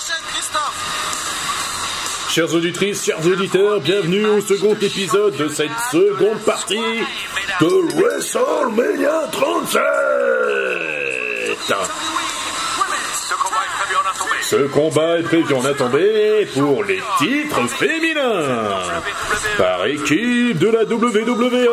Chères auditrices, chers auditeurs, bienvenue au second épisode de cette seconde partie de WrestleMania 37. Ce combat est prévu en attendé pour les titres féminins par équipe de la WWE.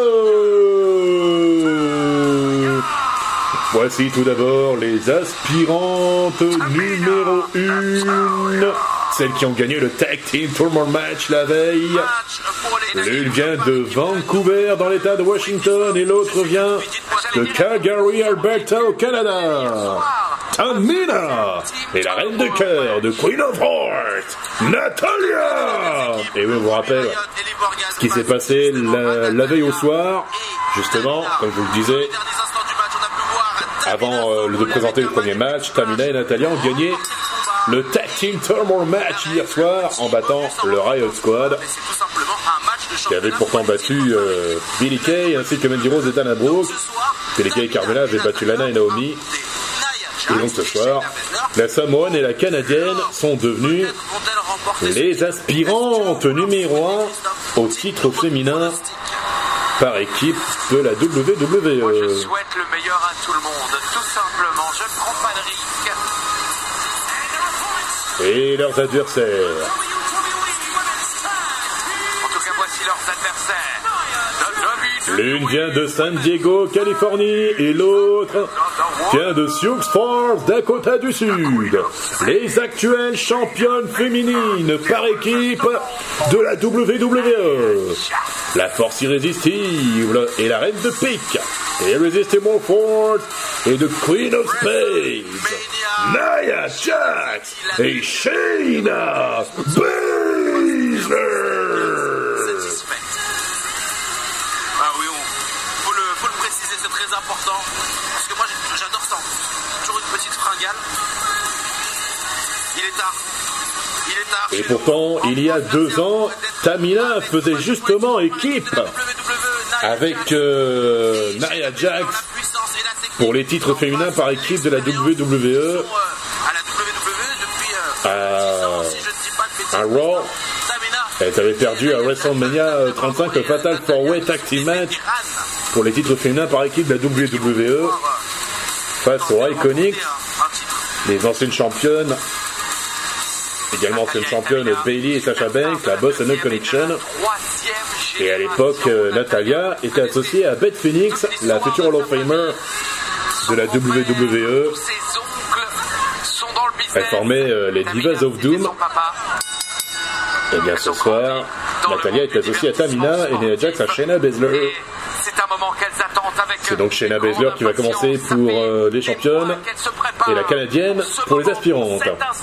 Voici tout d'abord les aspirantes numéro 1, celles qui ont gagné le Tag Team Tournament match la veille. L'une vient de Vancouver dans l'état de Washington et l'autre vient de Calgary, Alberta au Canada. Tamina et la reine de cœur de Queen of Hearts, Natalya. Et oui, on vous rappelle ce qui s'est passé la veille au soir, justement, comme je vous le disais. Avant de présenter le premier match, Tamina et Natalya ont gagné le Tag Team Tournament match hier soir en battant le Riot Squad, qui avait pourtant battu Billie Kay ainsi que Mandy Rose et Dana Brooke. Billie Kay et Carmella avaient battu Lana et Naomi. Et donc ce soir, la Samoane et la Canadienne sont devenues les aspirantes numéro 1 au titre féminin par équipe de la WWE. Moi, je souhaite le meilleur à tout le monde, tout simplement. Je ne prends pas de risque. Et leurs adversaires. En tout cas, voici leurs adversaires. L'une vient de San Diego, Californie, et l'autre vient de Sioux Falls, Dakota du Sud. Les actuelles championnes féminines par équipe de la WWE. La force irrésistible et la reine de pique, Irresistible Force et de Queen of Spades, Nia Jax et Shayna Baszler. Ah oui, faut le préciser, c'est très important. Parce que moi, j'adore ça. Toujours une petite fringale. Il est tard. Et pourtant, il y a 2 ans, Tamina faisait justement équipe avec Nia Jax pour les titres féminins par équipe de la WWE à Raw. Elle avait perdu à WrestleMania 35 le Fatal 4-Way Tag Team Match pour les titres féminins par équipe de la WWE face aux Iconics, les anciennes championnes. Également ancienne championne Bayley et Sasha Banks, la Boss and No Connection. Et à l'époque, Natalya était associée à Beth Phoenix, la future Hall of Famer de la WWE. Elle formait les Divas of Doom. Et bien ce soir, Natalya est associée à Tamina et Nia Jax à Shayna Baszler. C'est donc Shayna Baszler qui va commencer pour les championnes et la Canadienne pour les aspirantes.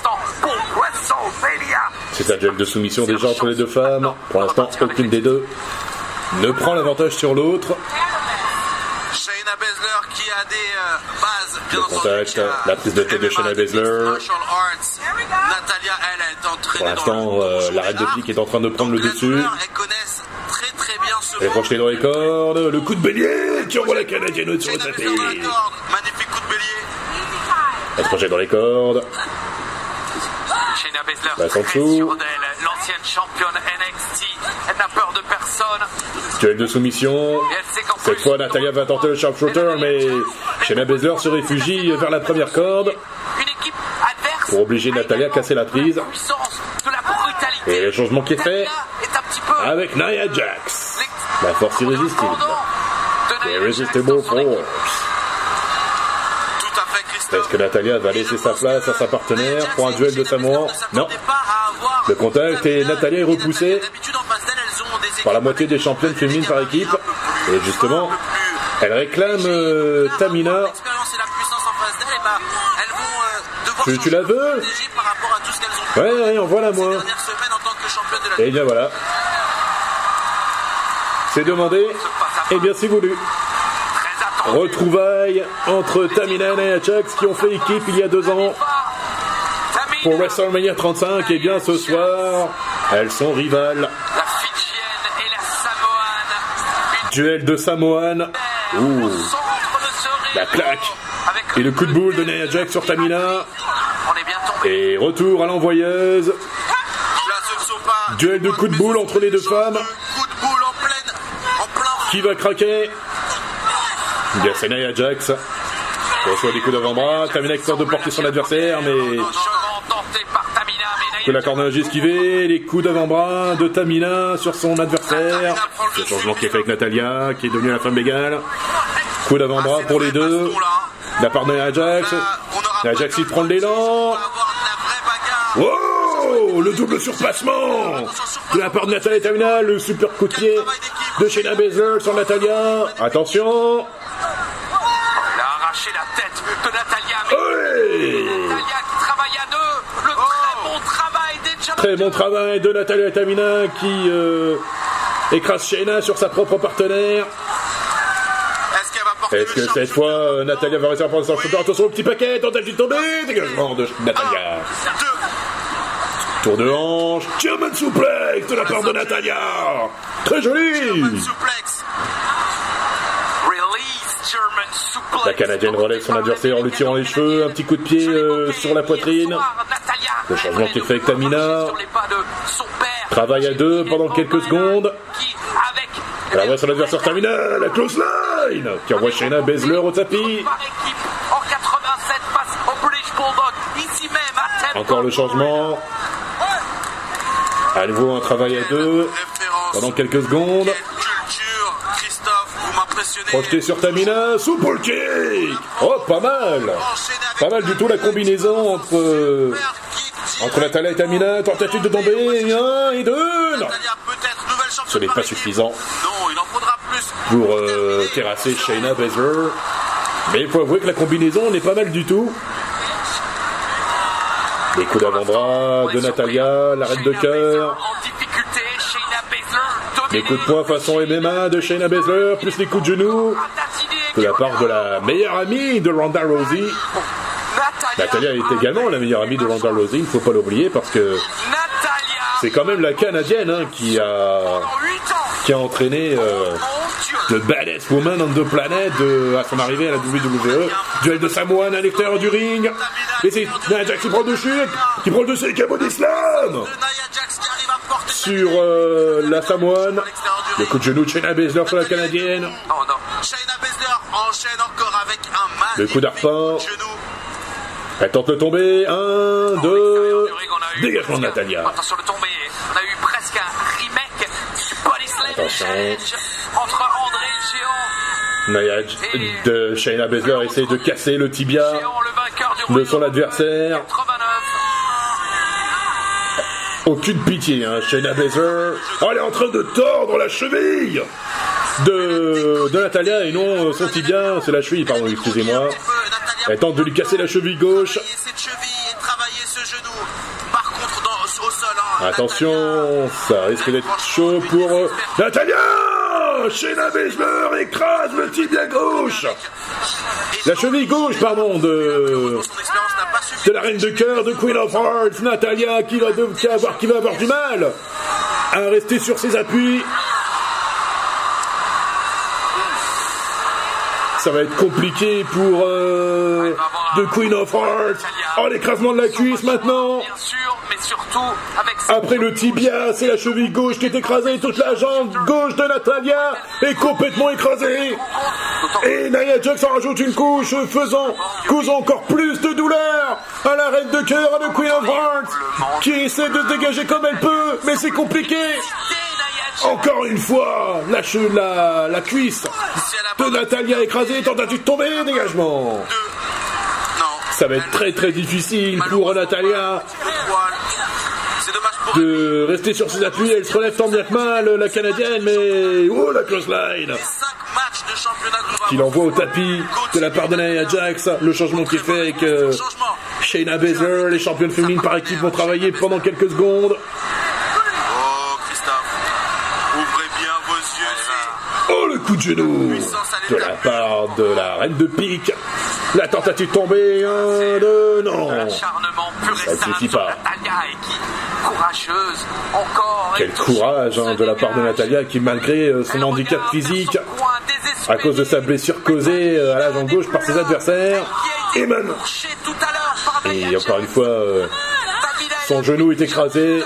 C'est un duel de soumission déjà entre les deux femmes. Pour l'instant, aucune des deux ne prend l'avantage sur l'autre. Shayna Baszler qui a des bases bien le contact, la prise de tête de Shayna Baszler. Natalya, elle est entraînée. Pour l'instant, la reine de pique est en train de prendre le dessus. Elle est projetée dans les cordes. Le coup de bélier qui envoie la Canadienne sur le tapis. Magnifique coup de bélier. Elle se projette dans les cordes. Shayna Baszler, passe en dessous. l'ancienne championne NXT, elle n'a peur de personne. Duel de soumission. Cette fois, Natalya va tenter le sharpshooter, mais Shayna Baszler se réfugie vers la première corde pour obliger Natalya à casser la prise. Et le changement qui est fait avec Nia Jax, la force irrésistible. Irresistible Force. Est-ce que Natalya va laisser sa place à sa partenaire pour un duel de Samoan? Non. Le contact et Natalya est repoussée par la moitié des championnes féminines par équipe. Et justement, elle réclame Tamina. Tu la veux? Ouais, envoie-la moi. Et bien voilà. C'est demandé. Et bien c'est voulu. Retrouvailles entre Tamina et Nia Jax qui ont fait équipe il y a 2 ans pour WrestleMania 35. Et bien ce soir, elles sont rivales. Duel de Samoan. Ouh. La claque. Et le coup de boule de Nia Jax sur Tamina. Et retour à l'envoyeuse. Là, ce ne sont pas Duel de coups de boule entre les deux femmes. Coups de boule en plein. Qui va craquer? Bien, c'est Nia Jax. Reçoit des coups d'avant-bras. Tamina qui tente de porter son adversaire, mais que la cornage esquivé. Les coups d'avant-bras de Tamina sur son adversaire. Le changement qui est fait avec Natalya, qui est devenue la femme égale. Coup d'avant-bras pour les deux. De la part de Nia Jax. Nia Jax, il prend de l'élan. Wow! Le double surpassement de la part de Natalya et Tamina. Le super coup de pied de Shayna Baszler sur Natalya. Attention! Elle a arraché la tête de Natalya. Oui! Natalya qui travaille à deux. Le très bon travail des Jax. Très bon travail de Natalya et Tamina qui écrase Shayna sur sa propre partenaire. Est-ce que cette fois, Natalya va réussir à prendre son shooter? Attention au petit paquet, tentative de tomber, dégagement de Natalya. Tour de hanche, German suplex de la part de Natalya. Très joli. La Canadienne relève son adversaire en lui tirant les cheveux, un petit coup de pied sur la poitrine. Le changement qui est fait avec Tamina. Travaille à deux pendant quelques secondes. Elle envoie son adversaire Tamina, la close line, qui envoie Shayna Baszler au tapis. Encore le changement. À nouveau un travail à deux pendant quelques secondes. Projeté sur Tamina, super kick. Oh, pas mal. Pas mal du tout la combinaison entre Natalya et Tamina. Tentative de tomber, 1 et 2. Non. Ce n'est pas suffisant pour terrasser Shayna Baszler. Mais il faut avouer que la combinaison n'est pas mal du tout. Les coups d'avant-bras de Natalya, l'arrêt de cœur. Les coups de poing façon MMA de Shayna Baszler, plus les coups de genoux de la part de la meilleure amie de Ronda Rousey. Natalya est également la meilleure amie de Ronda Rousey, il ne faut pas l'oublier parce que c'est quand même la Canadienne qui a entraîné The Baddest Woman on the Planet à son arrivée à la WWE. Duel de Samoan à l'extérieur du ring. Et c'est Nia Jax qui prend le dessus, qui prend le dessus avec un mot d'islam sur la Samoan. Le coup de genou de Shayna Baszler sur la Canadienne. Le coup d'arpin. Elle tente de tomber. 1, 2. Dégagement de Natalya. Attention, le tombé. On a eu presque un remake du Body Slam Challenge entre André le géant. De Shayna Baszler essaie de casser le tibia de son adversaire. Aucune pitié, hein. Shayna Baszler. Oh, elle est en train de tordre la cheville de Natalya et non son tibia. C'est la cheville, pardon, excusez-moi. Elle tente de lui casser la cheville gauche. Attention, ça risque d'être chaud pour Natalya. Shayna Baszler écrase le tibia gauche. La cheville gauche, pardon, de la reine de cœur de Queen of Hearts, Natalya, qui va avoir du mal à rester sur ses appuis. Ça va être compliqué pour The Queen of Hearts. Oh, l'écrasement de la cuisse maintenant. Après le tibia, c'est la cheville gauche qui est écrasée. Toute la jambe gauche de Natalya est complètement écrasée. Et Nia Jax en rajoute une couche, causant encore plus de douleur à la reine de cœur de Queen of Hearts, qui essaie de se dégager comme elle peut, mais c'est compliqué. Encore une fois, la cuisse de Natalya écrasée, tentative de tomber, dégagement. Ça va être très très difficile pour Natalya de rester sur ses appuis. Elle se relève tant bien que mal, la Canadienne, mais oh, la close line qui l'envoie au tapis de la part de Nia Jax. Le changement qui est fait avec Shayna Baszler. Les championnes féminines par équipe vont travailler pendant quelques secondes. Oh, le coup de genou de la part de la reine de pique. La tentative tombée, 1, 2, non. Ça ne suffit pas. Quel courage de la part de Natalya qui, malgré son handicap physique, à cause de sa blessure causée à la jambe gauche par ses adversaires, et Et encore une fois, son genou est écrasé.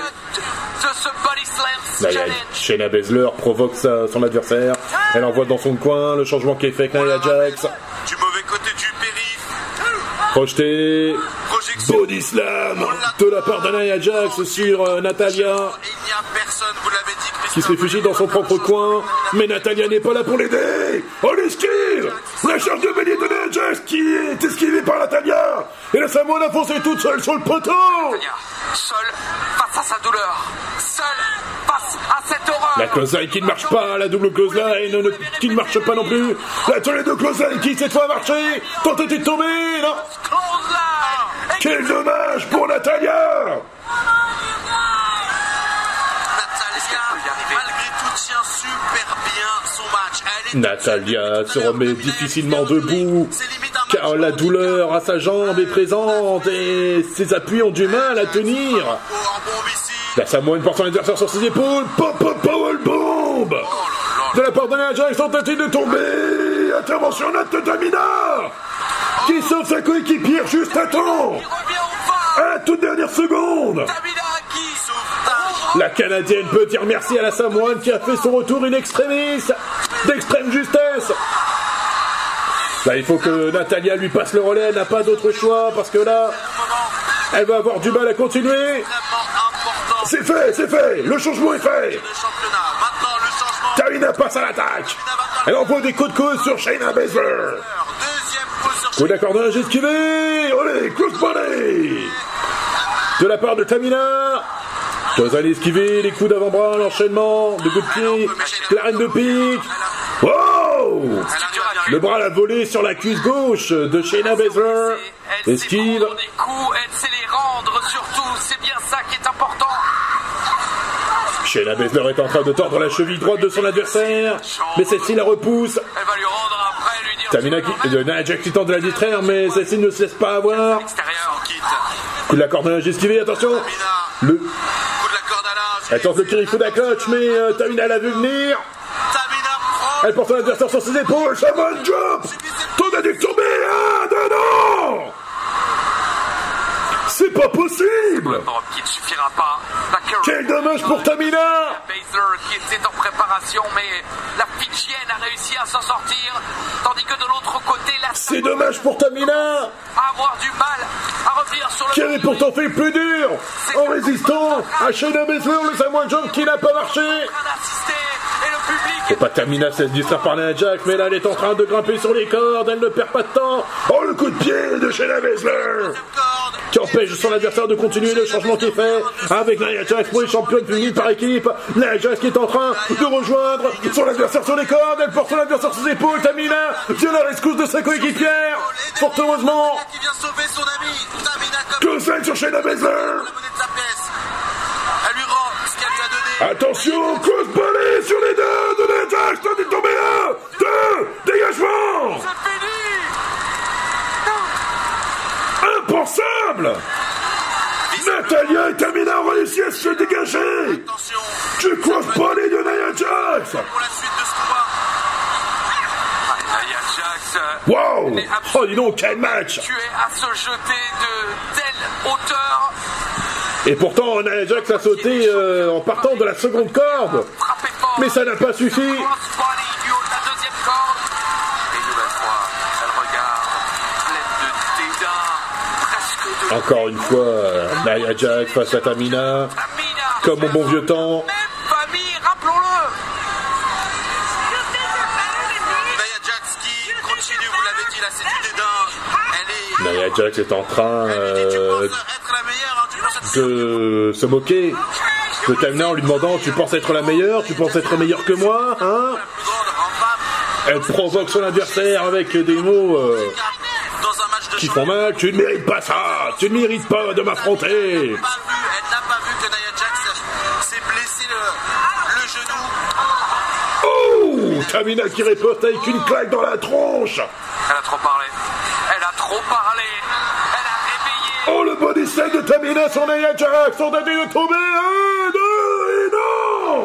Shayna Baszler provoque son adversaire. Elle envoie dans son coin le changement qui est fait avec Nia Jax. Du mauvais côté du périph'. Projeté. Body slam de la part de Nia Jax sur Natalya. Il n'y a personne, vous l'avez dit, Qui se réfugie dans son propre coin. Mais Natalya n'est pas là pour l'aider. On l'esquive. La charge de bélier de Nia Jax qui est esquivée par Natalya. Et la Samoa a foncé toute seule sur le poteau. Seul face à sa douleur. Seul face à cette horreur. La clothesline qui ne marche pas, la double clothesline qui ne marche pas non plus. La tornado clothesline qui cette fois a marché. Tentative de tomber, non. Quel dommage pour Natalya. Malgré tout, tient super bien son match. Natalya se remet difficilement debout, car la douleur à sa jambe est présente et ses appuis ont du mal à tenir. La Samoane porte son adversaire sur ses épaules. Powerbomb de la part de Nia Jax, tentative de tomber. Intervention nette de Tamina, qui sauve sa coéquipière juste à temps. À toute dernière seconde. La Canadienne peut dire merci à la Samoane qui a fait son retour in extremis, d'extrême justesse. Là, il faut que Natalya lui passe le relais, elle n'a pas d'autre choix, parce que là, elle va avoir du mal à continuer. C'est fait, le changement est fait. Tamina passe à l'attaque. Elle envoie des coups de coude sur Shayna Baszler. Coup d'accordage esquivé. Olé, crossbody de la part de Tamina. Vous allez esquiver les coups d'avant-bras, l'enchaînement de coups de pied, la reine de pique. Wow! Le bras l'a volé sur la cuisse gauche de Shayna Baszler. Esquive. Elle sait les rendre surtout, c'est bien ça qui est important. Shayna Baszler est en train de tordre la cheville droite de son adversaire, mais celle-ci la repousse. Elle va lui rendre après, lui dire. Tamina Nia Jax qui tente de la distraire, mais celle-ci ne se laisse pas avoir. Coup de la corde à linge esquivé, attention. Elle tente le Kirifuda clutch, mais Tamina l'a vu venir. Elle porte son adversaire sur ses épaules. Samoan drop. Tentative de tomber. Ah, non. C'est pas possible. Qui ne suffira pas. Quel dommage pour Tamina. Baszler qui était en préparation, mais la Fidjienne a réussi à s'en sortir, tandis que de l'autre côté, la c'est dommage pour Tamina. À avoir du mal à revenir sur le. Qui avait pourtant fait le plus dur en résistant à Shayna Baszler, le Samoan Jump qui n'a pas marché. Faut pas Tamina se distraire par Nia Jax, mais là elle est en train de grimper sur les cordes, elle ne perd pas de temps. Oh, le coup de pied de Shayna Baszler qui empêche son adversaire de continuer le changement qui est fait avec Nia Jax pour les championnes féminines par équipe. Nia Jax qui est en train de rejoindre son adversaire sur les cordes, elle porte son adversaire sur ses épaules. Tamina vient la rescousse de sa coéquipière, fort heureusement. Clothesline sur Shayna Baszler. Attention, crossbody sur les deux de Nia Jax, tentez de tomber un, deux, dégagement. Impensable. Natalya et Tamina ont réussi à se dégager. Du crossbody de Nia Jax. Wow. Oh, dis donc, quel match. Tu es à se jeter de telle hauteur. Et pourtant, Nia Jax a sauté en partant de la seconde corde. Mais ça n'a pas suffi. Encore une fois, Nia Jax face à Tamina. Comme au bon vieux temps. Famille, rappelons-le. Nia Jax qui continue, vous l'avez dit, là c'est du dédain. Nia Jax est en train de se moquer de Tamina en lui demandant: tu penses être la meilleure, tu penses être meilleure que moi, hein? Elle provoque son adversaire avec des mots qui font mal. Tu ne mérites pas ça, tu ne mérites pas de m'affronter. Elle n'a pas vu que Nia Jax s'est blessé le genou. Oh, Tamina qui riposte avec une claque dans la tronche. Elle a trop parlé. Elle a trop parlé. Elle a réveillé. Oh, le body slam de Tamina sur Nia Jax. On a dit de tomber. 1, 2 et non.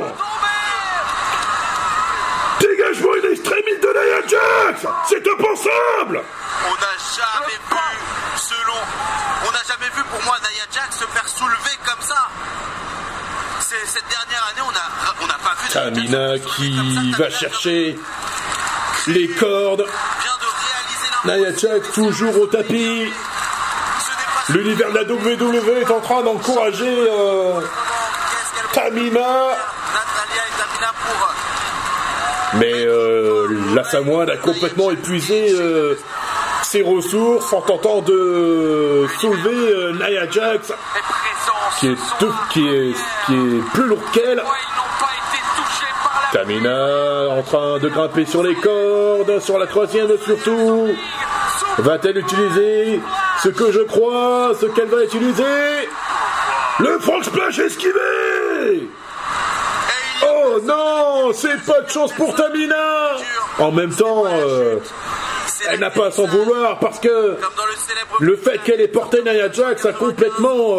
Dégagement in extremis de Nia Jax. C'est impensable. On n'a jamais jamais vu pour moi Nia Jax se faire soulever comme ça. Cette dernière année, on n'a pas vu Tamina qui va chercher les cordes. Nia Jax toujours au tapis. L'univers de la WWE est en train d'encourager Tamina. Mais la Samoane a complètement épuisé ses ressources en tentant de soulever Nia Jax, qui est plus lourd qu'elle. Tamina en train de grimper sur les cordes, sur la troisième surtout. Va-t-elle utiliser ce que je crois, ce qu'elle va utiliser? Le frog splash esquivé! Oh non, c'est pas de chance pour Tamina! En même temps, elle n'a pas à s'en vouloir parce que le fait qu'elle ait porté Nia Jax a complètement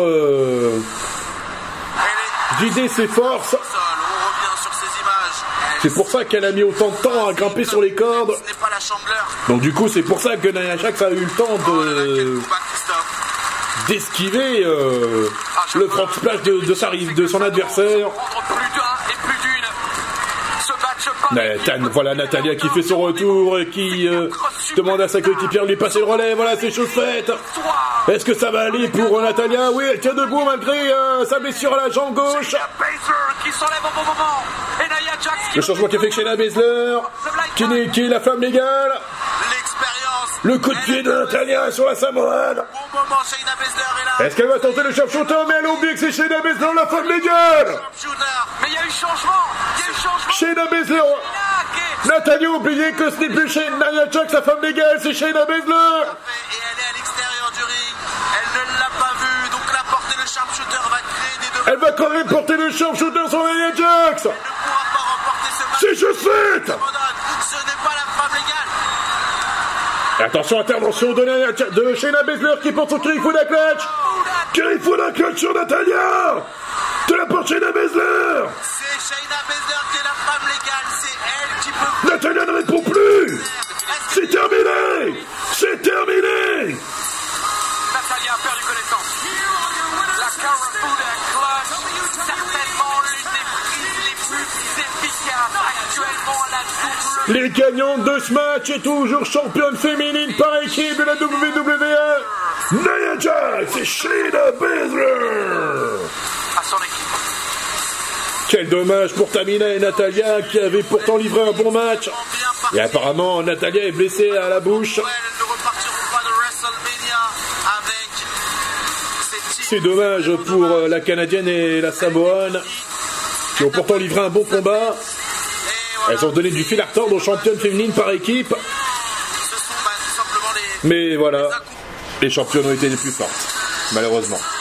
vidé ses forces. C'est pour ça qu'elle a mis autant de temps à grimper sur les cordes. Donc du coup, c'est pour ça que Nia Jax a eu le temps d'esquiver le frog splash de son adversaire. Voilà Natalya qui fait son retour et qui demande à sa coéquipière de lui passer le relais. Voilà, c'est chose faite. Est-ce que ça va aller pour Natalya? Oui, elle tient debout malgré sa blessure à la jambe gauche. Le changement qui fait que Shayna Baszler qui est la femme légale. Le coup de pied de Natalya sur la Samoane. Est-ce qu'elle va tenter le sharpshooter? Mais elle a oublié que c'est Shayna Baszler, la femme légale. Mais il y a eu changement. Shayna Baszler. Natalya a oublié que ce n'est plus Nia Jax, sa femme légale, c'est Shayna Baszler. Et elle est à l'extérieur du ring. Elle ne l'a pas vu. Donc la portée le sharpshooter va créer des deux. Elle va quand même porter le sharpshooter sur Nia Jax. Elle ne pourra pas remporter ce match. C'est juste fait. Ce n'est pas la femme légale. Attention, intervention de Shayna Baszler qui porte son Kirifuda clutch. Kirifuda clutch sur Natalya. De la part Shayna Baszler. C'est Shayna Baszler qui est la femme légale. C'est elle qui peut... Natalya ne répond plus. C'est terminé. C'est terminé. Natalya a perdu connaissance. La Kirifuda clutch, certainement l'une des prises les plus efficaces actuellement à la WWE. Les gagnantes de ce match est toujours championne féminine par équipe de la WWE. Nia Jax et Shayna Baszler. À son équipe. Quel dommage pour Tamina et Natalya qui avaient pourtant livré un bon match. Et apparemment Natalya est blessée à la bouche. C'est dommage pour la Canadienne et la Samoane qui ont pourtant livré un bon combat. Elles ont donné du fil à retordre aux championnes féminines par équipe. Mais voilà, les championnes ont été les plus fortes, malheureusement.